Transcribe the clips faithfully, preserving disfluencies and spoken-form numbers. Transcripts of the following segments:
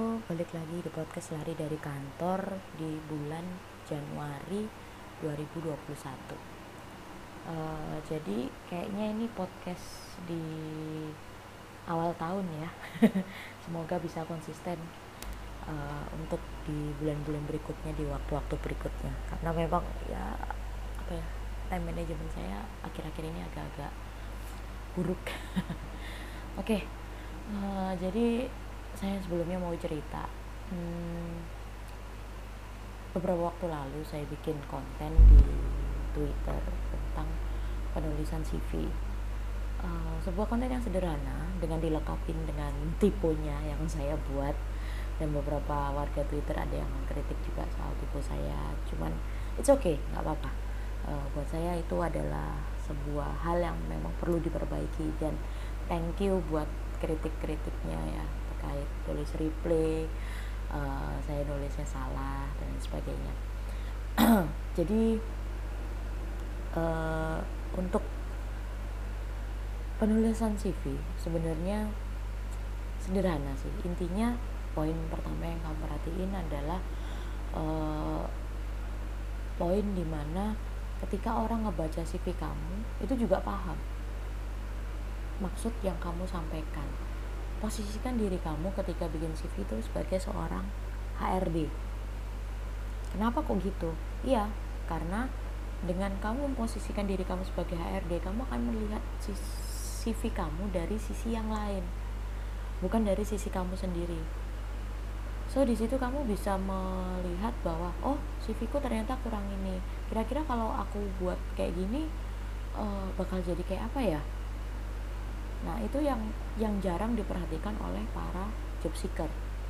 Halo, balik lagi di podcast Lari dari Kantor di bulan Januari dua ribu dua puluh satu. Uh, jadi kayaknya ini podcast di awal tahun ya. Semoga bisa konsisten uh, untuk di bulan-bulan berikutnya, di waktu-waktu berikutnya. Karena memang ya apa ya, time management saya akhir-akhir ini agak-agak buruk. Oke, okay. uh, jadi saya sebelumnya mau cerita. Hmm, beberapa waktu lalu saya bikin konten di Twitter tentang penulisan C V. Uh, sebuah konten yang sederhana dengan dilengkapin dengan tiponya yang saya buat, dan beberapa warga Twitter ada yang kritik juga soal tipe saya. Cuman it's okay, nggak apa-apa. Uh, buat saya itu adalah sebuah hal yang memang perlu diperbaiki, dan thank you buat kritik-kritiknya ya, terkait tulis replay, uh, saya nulisnya salah dan sebagainya. Jadi uh, untuk penulisan C V sebenarnya sederhana sih. Intinya poin pertama yang kamu perhatiin adalah uh, poin dimana ketika orang ngebaca C V kamu itu juga paham maksud yang kamu sampaikan. Posisikan diri kamu ketika bikin C V itu sebagai seorang H R D. Kenapa kok gitu? Iya, karena dengan kamu memposisikan diri kamu sebagai H R D, kamu akan melihat C V kamu dari sisi yang lain, bukan dari sisi kamu sendiri. So di situ kamu bisa melihat bahwa oh, C V ku ternyata kurang ini. Kira-kira kalau aku buat kayak gini uh, bakal jadi kayak apa ya? Nah, itu yang yang jarang diperhatikan oleh para job seeker.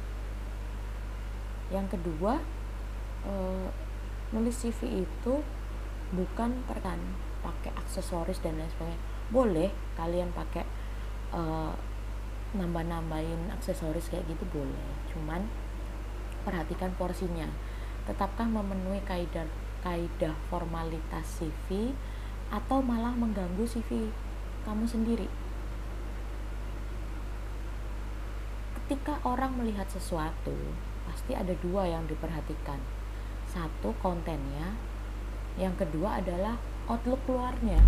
Yang kedua, e, nulis C V itu bukan perkan pakai aksesoris dan lain sebagainya. Boleh kalian pakai e, nambah-nambahin aksesoris kayak gitu, boleh. Cuman perhatikan porsinya. Tetapkah memenuhi kaidah kaidah formalitas C V atau malah mengganggu C V kamu sendiri? Ketika orang melihat sesuatu, pasti ada dua yang diperhatikan. Satu, kontennya. Yang kedua adalah outlook luarnya.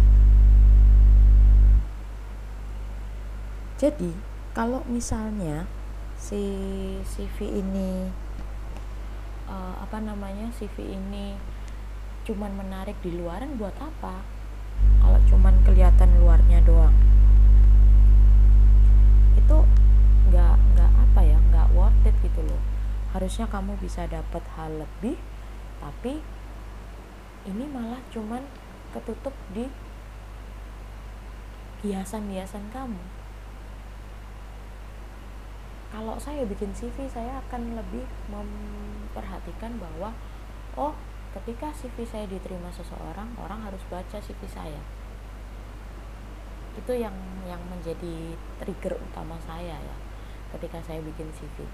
Jadi, kalau misalnya si C V ini uh, apa namanya C V ini cuman menarik di luaran, buat apa? Kalau cuman kelihatan luarnya doang, itu nggak nggak apa ya nggak worth it gitu loh. Harusnya kamu bisa dapat hal lebih, tapi ini malah cuman ketutup di hiasan-hiasan kamu. Kalau saya bikin C V, saya akan lebih memperhatikan bahwa oh, ketika C V saya diterima seseorang, orang harus baca C V saya. Itu yang yang menjadi trigger utama saya ya ketika saya bikin C V.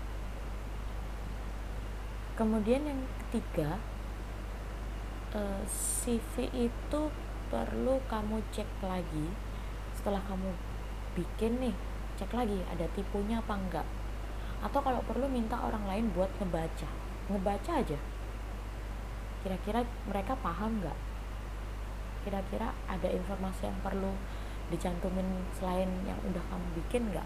Kemudian yang ketiga, uh, C V itu perlu kamu cek lagi setelah kamu bikin nih, cek lagi ada tipunya apa enggak, atau kalau perlu minta orang lain buat ngebaca ngebaca aja, kira-kira mereka paham enggak, kira-kira ada informasi yang perlu dicantumin selain yang udah kamu bikin enggak.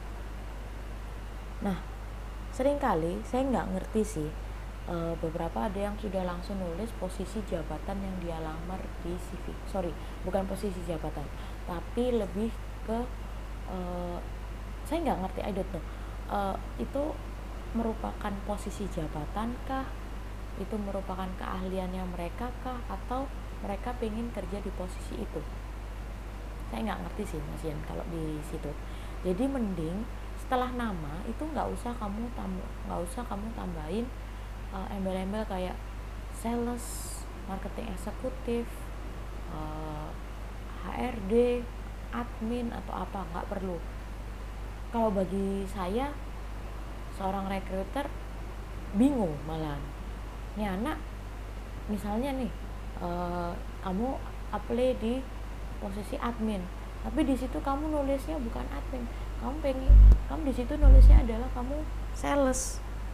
Nah, seringkali saya nggak ngerti sih, e, beberapa ada yang sudah langsung nulis posisi jabatan yang dia lamar di C V. Sorry, bukan posisi jabatan, tapi lebih ke e, saya nggak ngerti, I don't know. E, itu merupakan posisi jabatan kah? Itu merupakan keahliannya mereka kah? Atau mereka pengen kerja di posisi itu? Saya nggak ngerti sih, Mas Ian, kalau di situ. Jadi mending setelah nama itu nggak usah kamu tambah nggak usah kamu tambahin uh, embel-embel kayak sales, marketing eksekutif, uh, H R D, admin atau apa, nggak perlu. Kalau bagi saya seorang recruiter bingung malah, ini anak misalnya nih uh, kamu apply di posisi admin, tapi di situ kamu nulisnya bukan admin, kamu pengen kamu di situ nulisnya adalah kamu sales.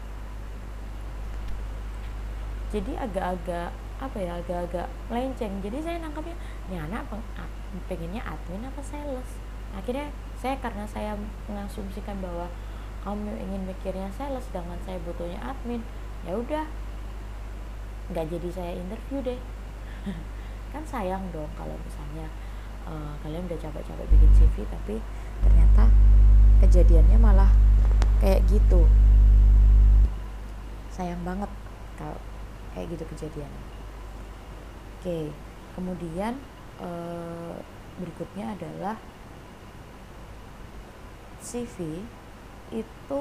Jadi agak-agak apa ya, agak-agak melenceng. Jadi saya nangkapnya ini anak peng, pengennya admin apa sales. Akhirnya saya, karena saya mengasumsikan bahwa kamu ingin mikirnya sales sedangkan saya butuhnya admin, ya udah nggak jadi saya interview deh. Kan sayang dong kalau misalnya uh, kalian udah capek-capek bikin C V tapi ternyata kejadiannya malah kayak gitu. Sayang banget kalau kayak gitu kejadiannya. Oke, kemudian uh, berikutnya adalah C V itu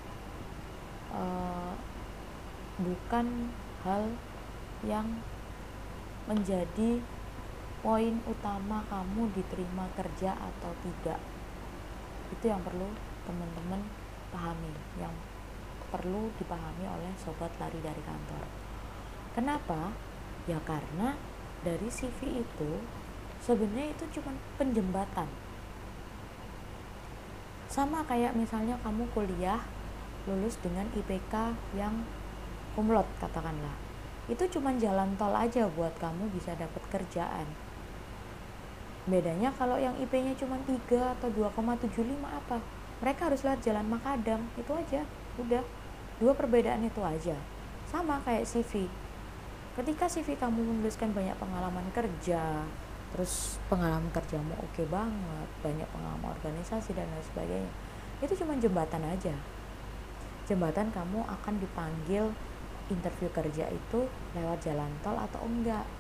uh, bukan hal yang menjadi poin utama kamu diterima kerja atau tidak. Itu yang perlu teman-teman pahami, yang perlu dipahami oleh sobat lari dari kantor. Kenapa? Ya karena dari C V itu sebenarnya itu cuma penjembatan. Sama kayak misalnya kamu kuliah lulus dengan I P K yang kumlot katakanlah, itu cuma jalan tol aja buat kamu bisa dapat kerjaan. Bedanya kalau yang I P-nya cuma tiga atau dua koma tujuh lima apa? Mereka harus lewat jalan makadam, itu aja. Udah, dua perbedaan itu aja. Sama kayak C V. Ketika C V kamu menuliskan banyak pengalaman kerja, terus pengalaman kerjamu oke banget, banyak pengalaman organisasi dan lain sebagainya, itu cuma jembatan aja. Jembatan kamu akan dipanggil interview kerja itu lewat jalan tol atau enggak.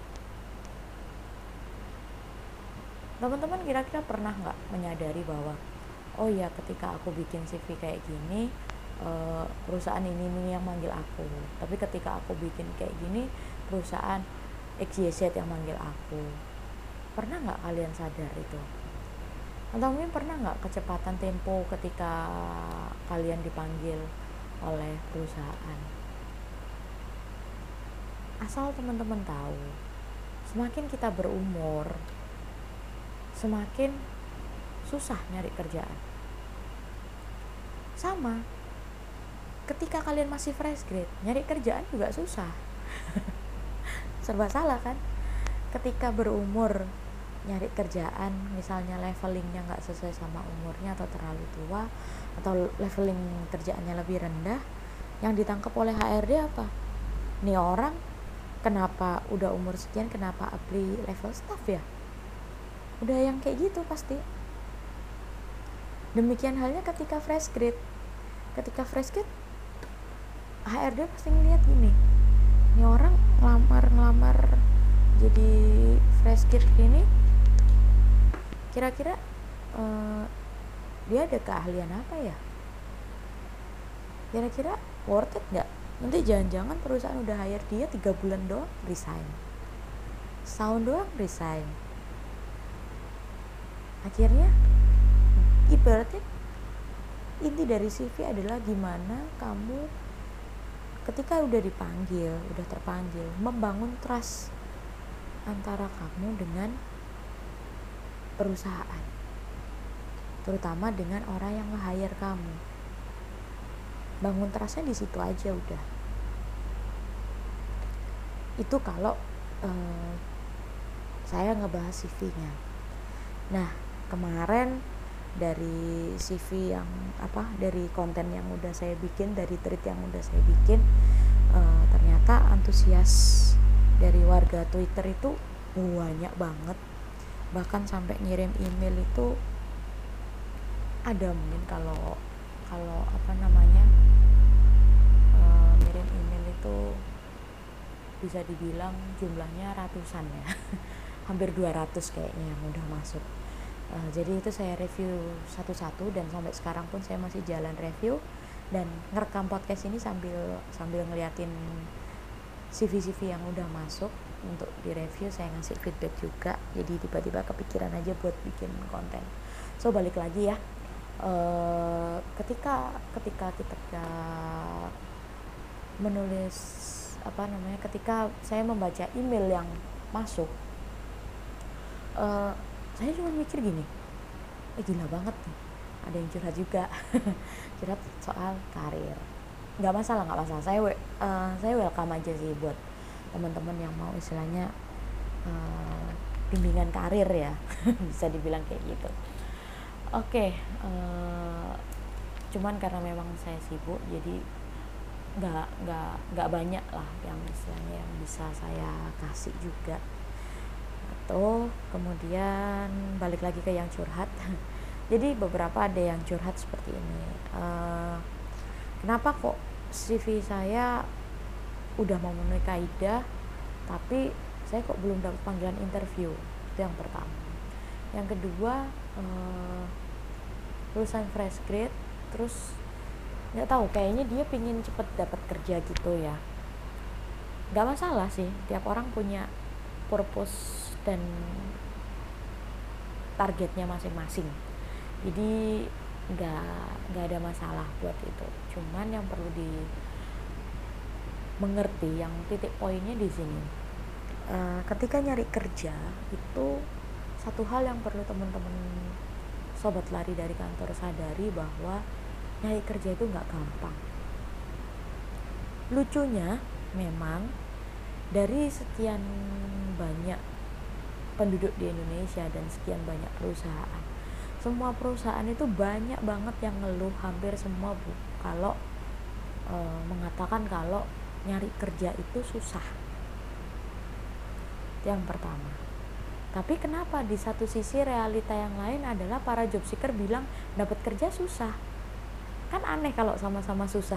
Teman-teman kira-kira pernah nggak menyadari bahwa oh ya, ketika aku bikin C V kayak gini, perusahaan ini ini yang manggil aku, tapi ketika aku bikin kayak gini perusahaan X Y Z yang manggil aku. Pernah nggak kalian sadar itu? Atau mungkin pernah nggak kecepatan tempo ketika kalian dipanggil oleh perusahaan? Asal teman-teman tahu, semakin kita berumur semakin susah nyari kerjaan. Sama ketika kalian masih fresh grade, nyari kerjaan juga susah. Serba salah kan? Ketika berumur nyari kerjaan, misalnya levelingnya nggak sesuai sama umurnya atau terlalu tua, atau leveling kerjaannya lebih rendah, yang ditangkap oleh H R D apa? Nih orang kenapa udah umur sekian, kenapa apply level staff ya? Udah yang kayak gitu pasti. Demikian halnya ketika fresh grade. Ketika fresh grade, H R D pasti ngeliat gini, nih orang ngelamar-ngelamar jadi fresh grade gini, kira-kira uh, dia ada keahlian apa ya? Kira-kira worth it nggak? Nanti jangan-jangan perusahaan udah hire dia tiga bulan doang resign, setahun doang resign. Akhirnya ibaratnya inti dari C V adalah gimana kamu ketika udah dipanggil, udah terpanggil, membangun trust antara kamu dengan perusahaan, terutama dengan orang yang nge-hire kamu. Bangun trustnya di situ aja udah. Itu kalau eh, saya ngebahas C V-nya. Nah, kemarin dari C V yang apa, dari konten yang udah saya bikin, dari tweet yang udah saya bikin, eh, ternyata antusias dari warga Twitter itu banyak banget. Bahkan sampai ngirim email itu ada, mungkin kalau kalau apa namanya uh, ngirim email itu bisa dibilang jumlahnya ratusan ya. Hampir dua ratus kayaknya yang udah masuk. Uh, jadi itu saya review satu-satu dan sampai sekarang pun saya masih jalan review dan ngerekam podcast ini sambil sambil ngeliatin C V-C V yang udah masuk untuk direview, saya ngasih feedback juga. Jadi tiba-tiba kepikiran aja buat bikin konten. So balik lagi ya, uh, ketika ketika kita menulis apa namanya, ketika saya membaca email yang masuk, uh, saya cuma mikir gini, eh gila banget nih, ada yang curhat juga. Curhat soal karir. Nggak masalah, nggak masalah. Saya uh, saya welcome aja sih buat teman-teman yang mau istilahnya uh, bimbingan karir ya. Bisa dibilang kayak gitu. Oke, okay, uh, cuman karena memang saya sibuk, jadi nggak nggak nggak banyak lah yang istilahnya yang bisa saya kasih juga. Atau kemudian balik lagi ke yang curhat. Jadi beberapa ada yang curhat seperti ini. Uh, kenapa kok C V saya udah memenuhi kaidah, tapi saya kok belum dapat panggilan interview? Itu yang pertama. Yang kedua, uh, lulusan fresh grade, terus nggak tahu, kayaknya dia pingin cepet dapat kerja gitu ya. Nggak masalah sih, tiap orang punya purpose dan targetnya masing-masing. Jadi nggak nggak ada masalah buat itu. Cuman yang perlu di mengerti, yang titik poinnya di sini, uh, ketika nyari kerja itu satu hal yang perlu teman-teman sobat lari dari kantor sadari, bahwa nyari kerja itu nggak gampang. Lucunya memang dari sekian banyak penduduk di Indonesia dan sekian banyak perusahaan, semua perusahaan itu banyak banget yang ngeluh, hampir semua bu, kalau e, mengatakan kalau nyari kerja itu susah. Yang pertama. Tapi kenapa di satu sisi realita yang lain adalah para job seeker bilang dapat kerja susah? Kan aneh kalau sama-sama susah.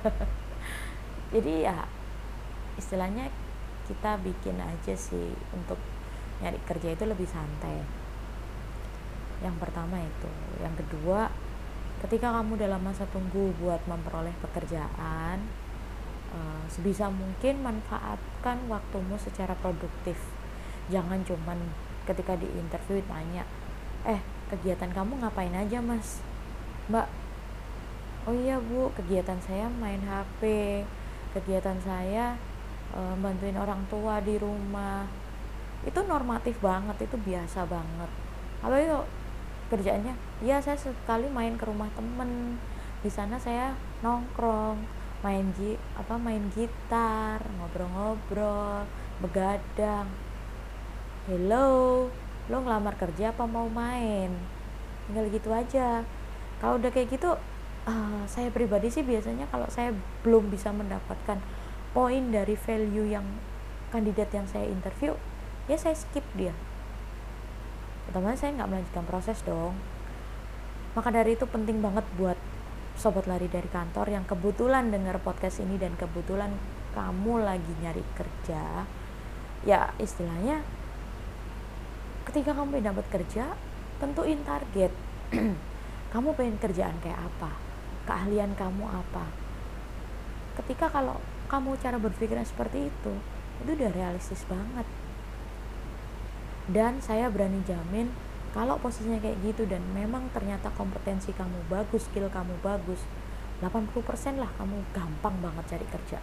Jadi ya istilahnya kita bikin aja sih untuk nyari kerja itu lebih santai. Yang pertama itu. Yang kedua, ketika kamu dalam masa tunggu buat memperoleh pekerjaan, uh, sebisa mungkin manfaatkan waktumu secara produktif. Jangan cuman ketika di interview tanya, eh kegiatan kamu ngapain aja mas, mbak? Oh iya bu, kegiatan saya main H P, kegiatan saya e, bantuin orang tua di rumah. Itu normatif banget, itu biasa banget. Apa itu kerjaannya? Ya saya sekali main ke rumah temen, di sana saya nongkrong, main gi apa main gitar, ngobrol-ngobrol, begadang. Hello, lo ngelamar kerja apa mau main? Tinggal gitu aja. Kalau udah kayak gitu, Uh, saya pribadi sih biasanya kalau saya belum bisa mendapatkan poin dari value yang kandidat yang saya interview, ya saya skip dia, otomatis saya nggak melanjutkan proses dong. Maka dari itu penting banget buat sobat lari dari kantor yang kebetulan dengar podcast ini dan kebetulan kamu lagi nyari kerja, ya istilahnya ketika kamu pengen dapat kerja, tentuin target. Kamu pengen kerjaan kayak apa, keahlian kamu apa. Ketika kalau kamu cara berpikirnya seperti itu, itu udah realistis banget. Dan saya berani jamin kalau posisinya kayak gitu dan memang ternyata kompetensi kamu bagus, skill kamu bagus, delapan puluh persen lah kamu gampang banget cari kerja.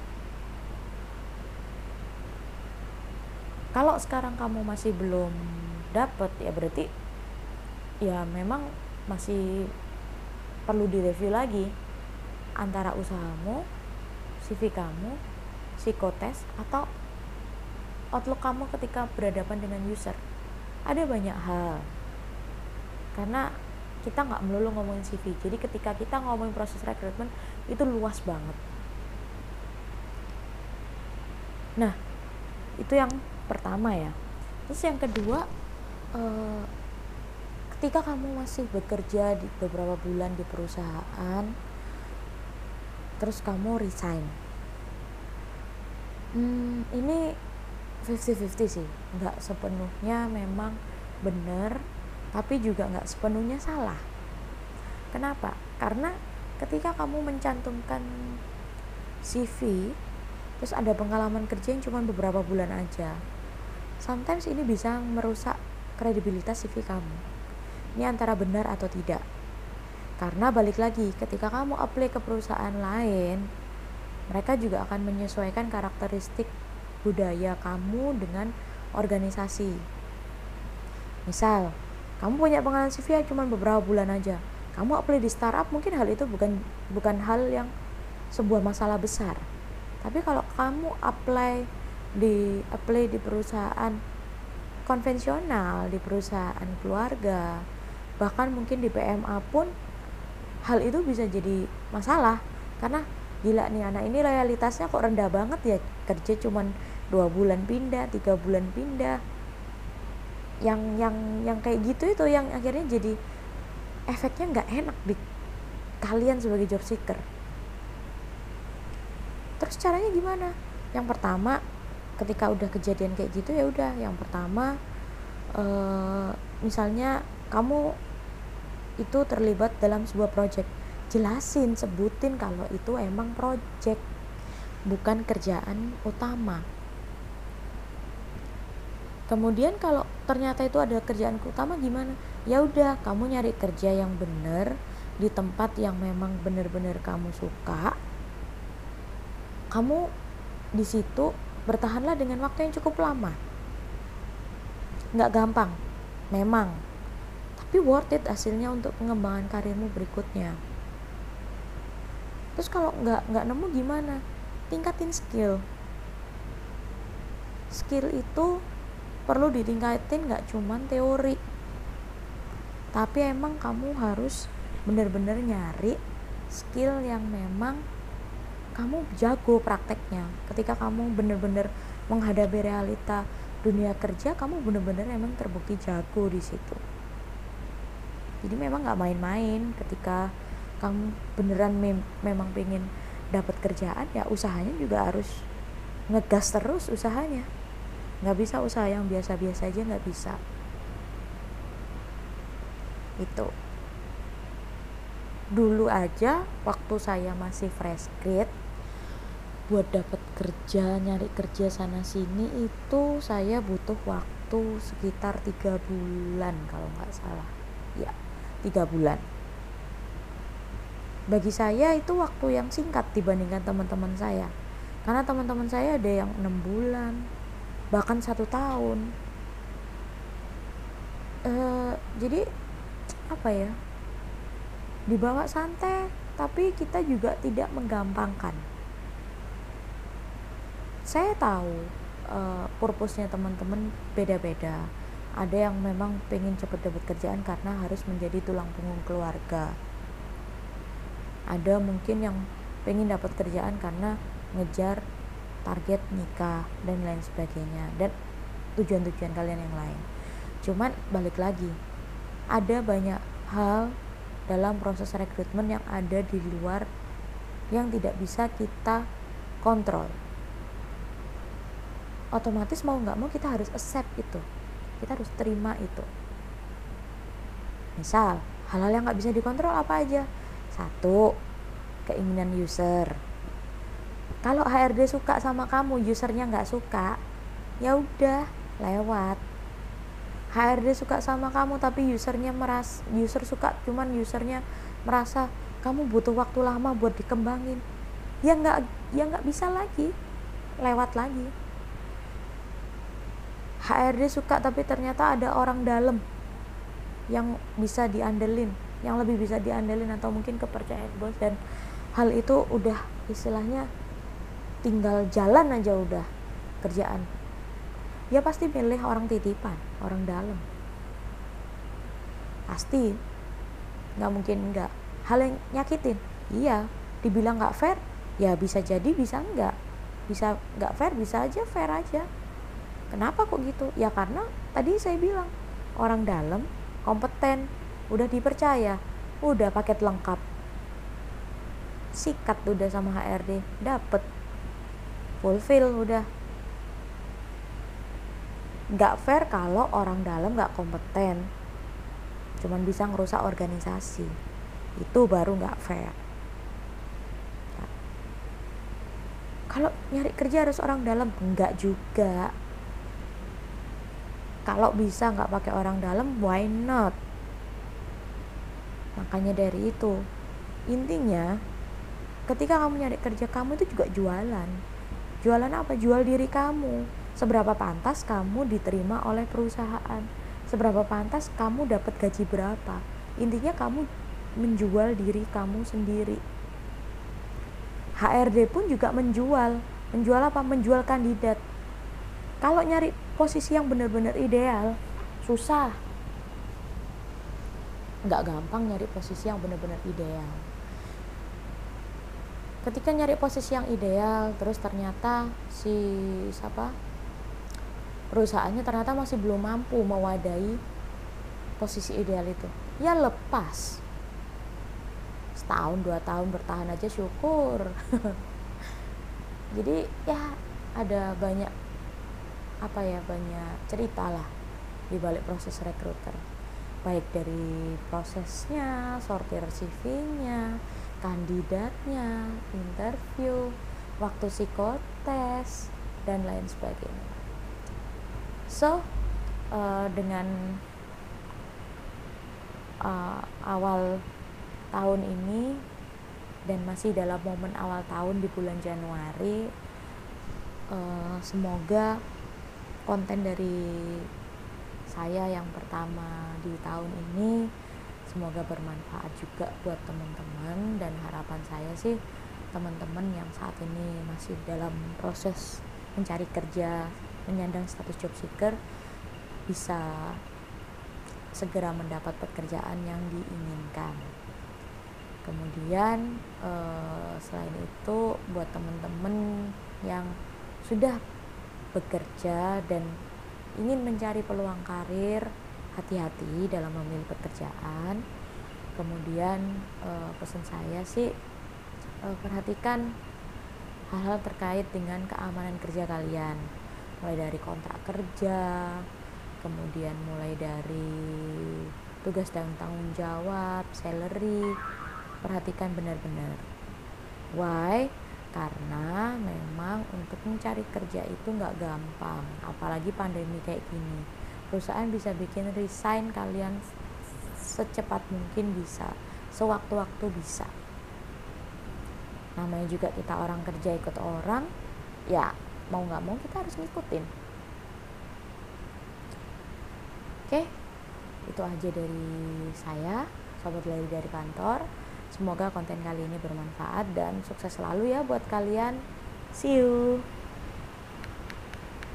Kalau sekarang kamu masih belum dapet, ya berarti ya memang masih perlu direview lagi antara usahamu, C V kamu, psikotes, atau outlook kamu ketika berhadapan dengan user. Ada banyak hal, karena kita nggak melulu ngomongin C V. Jadi ketika kita ngomongin proses rekrutmen itu luas banget. Nah itu yang pertama ya. Terus yang kedua, eh, ketika kamu masih bekerja di beberapa bulan di perusahaan, terus kamu resign, hmm, ini fifty fifty sih, nggak sepenuhnya memang benar, tapi juga nggak sepenuhnya salah. Kenapa? Karena ketika kamu mencantumkan C V, terus ada pengalaman kerja yang cuma beberapa bulan aja, sometimes ini bisa merusak kredibilitas C V kamu. Ini antara benar atau tidak. Karena balik lagi, ketika kamu apply ke perusahaan lain, mereka juga akan menyesuaikan karakteristik budaya kamu dengan organisasi. Misal, kamu punya pengalaman C V cuma beberapa bulan aja, Kamu apply di startup mungkin hal itu bukan bukan hal yang sebuah masalah besar. Tapi kalau kamu apply di apply di perusahaan konvensional, di perusahaan keluarga, bahkan mungkin di P M A pun hal itu bisa jadi masalah. Karena gila nih anak ini loyalitasnya kok rendah banget ya, kerja cuman dua bulan pindah, tiga bulan pindah. Yang yang yang kayak gitu itu yang akhirnya jadi efeknya nggak enak di kalian sebagai job seeker. Terus caranya gimana? Yang pertama, ketika udah kejadian kayak gitu ya udah, yang pertama uh, misalnya kamu itu terlibat dalam sebuah project, jelasin, sebutin kalau itu emang project, bukan kerjaan utama. Kemudian kalau ternyata itu ada kerjaan utama gimana? Ya udah, kamu nyari kerja yang bener di tempat yang memang bener-bener kamu suka. Kamu di situ bertahanlah dengan waktu yang cukup lama. Nggak gampang, memang, tapi worth it hasilnya untuk pengembangan karirmu berikutnya. Terus kalau nggak nggak nemu gimana? Tingkatin skill. Skill itu perlu ditingkatin, nggak cuman teori, tapi emang kamu harus benar-benar nyari skill yang memang kamu jago prakteknya. Ketika kamu benar-benar menghadapi realita dunia kerja, kamu benar-benar emang terbukti jago di situ. Jadi memang nggak main-main. Ketika kamu beneran mem- memang pengen dapat kerjaan, ya usahanya juga harus ngegas terus usahanya. Nggak bisa usaha yang biasa-biasa aja, nggak bisa. Itu dulu aja waktu saya masih fresh grade, buat dapat kerja, nyari kerja sana sini itu saya butuh waktu sekitar tiga bulan kalau nggak salah. Ya, tiga bulan. Bagi saya itu waktu yang singkat dibandingkan teman-teman saya. Karena teman-teman saya ada yang enam bulan, bahkan satu tahun. Uh, jadi apa ya, dibawa santai, tapi kita juga tidak menggampangkan. Saya tahu uh, purpose-nya teman-teman beda-beda. Ada yang memang pengen cepat dapat kerjaan karena harus menjadi tulang punggung keluarga. Ada mungkin yang pengen dapat kerjaan karena ngejar target nikah dan lain sebagainya, dan tujuan-tujuan kalian yang lain. Cuman balik lagi, ada banyak hal dalam proses rekrutmen yang ada di luar yang tidak bisa kita kontrol. Otomatis mau nggak mau kita harus accept itu, kita harus terima itu. Misal hal-hal yang nggak bisa dikontrol apa aja? Satu, keinginan user. Kalau H R D suka sama kamu, usernya nggak suka, ya udah lewat. H R D suka sama kamu tapi usernya meras, user suka cuman usernya merasa kamu butuh waktu lama buat dikembangin, ya nggak ya nggak bisa lagi, lewat lagi. H R D suka tapi ternyata ada orang dalam yang bisa diandelin, yang lebih bisa diandelin, atau mungkin kepercayaan bos, dan hal itu udah istilahnya tinggal jalan aja udah kerjaan, ya pasti milih orang titipan, orang dalam, pasti, nggak mungkin nggak. Hal yang nyakitin, iya, dibilang nggak fair, ya bisa jadi, bisa nggak, bisa nggak fair, bisa aja fair aja. Kenapa kok gitu? Ya karena tadi saya bilang orang dalam, kompeten, udah dipercaya, udah paket lengkap, sikat udah sama H R D, dapet, fulfill udah. Nggak fair kalau orang dalam nggak kompeten, cuman bisa ngerusak organisasi, itu baru nggak fair. Nah, kalau nyari kerja harus orang dalam, enggak juga. Kalau bisa nggak pakai orang dalam, why not? Makanya dari itu, intinya ketika kamu nyari kerja, kamu itu juga jualan. Jualan apa? Jual diri kamu. Seberapa pantas kamu diterima oleh perusahaan, seberapa pantas kamu dapat gaji berapa. Intinya kamu menjual diri kamu sendiri. H R D pun juga menjual. Menjual apa? Menjual kandidat. Kalau nyari posisi yang benar-benar ideal, susah. Nggak gampang nyari posisi yang benar-benar ideal. Ketika nyari posisi yang ideal, terus ternyata si siapa perusahaannya ternyata masih belum mampu mewadahi posisi ideal itu, ya lepas. Setahun dua tahun bertahan aja syukur. Jadi ya ada banyak apa ya banyak cerita lah di balik proses rekruter, baik dari prosesnya, sortir C V-nya, kandidatnya, interview, waktu psikotes, dan lain sebagainya. So uh, dengan uh, awal tahun ini dan masih dalam momen awal tahun di bulan Januari, uh, semoga konten dari saya yang pertama di tahun ini semoga bermanfaat juga buat teman-teman, dan harapan saya sih teman-teman yang saat ini masih dalam proses mencari kerja, menyandang status job seeker, bisa segera mendapat pekerjaan yang diinginkan. Kemudian eh, selain itu buat teman-teman yang sudah bekerja dan ingin mencari peluang karir, hati-hati dalam memilih pekerjaan. Kemudian eh, pesan saya sih eh, perhatikan hal-hal terkait dengan keamanan kerja kalian, mulai dari kontrak kerja, kemudian mulai dari tugas dan tanggung jawab, salary. Perhatikan benar-benar. Why? Karena memang untuk mencari kerja itu nggak gampang, apalagi pandemi kayak gini. Perusahaan bisa bikin resign kalian secepat mungkin bisa, sewaktu-waktu bisa. Namanya juga kita orang kerja ikut orang, ya mau nggak mau kita harus ngikutin. Oke, itu aja dari saya, sobat lari dari kantor. Semoga konten kali ini bermanfaat dan sukses selalu ya buat kalian. See you.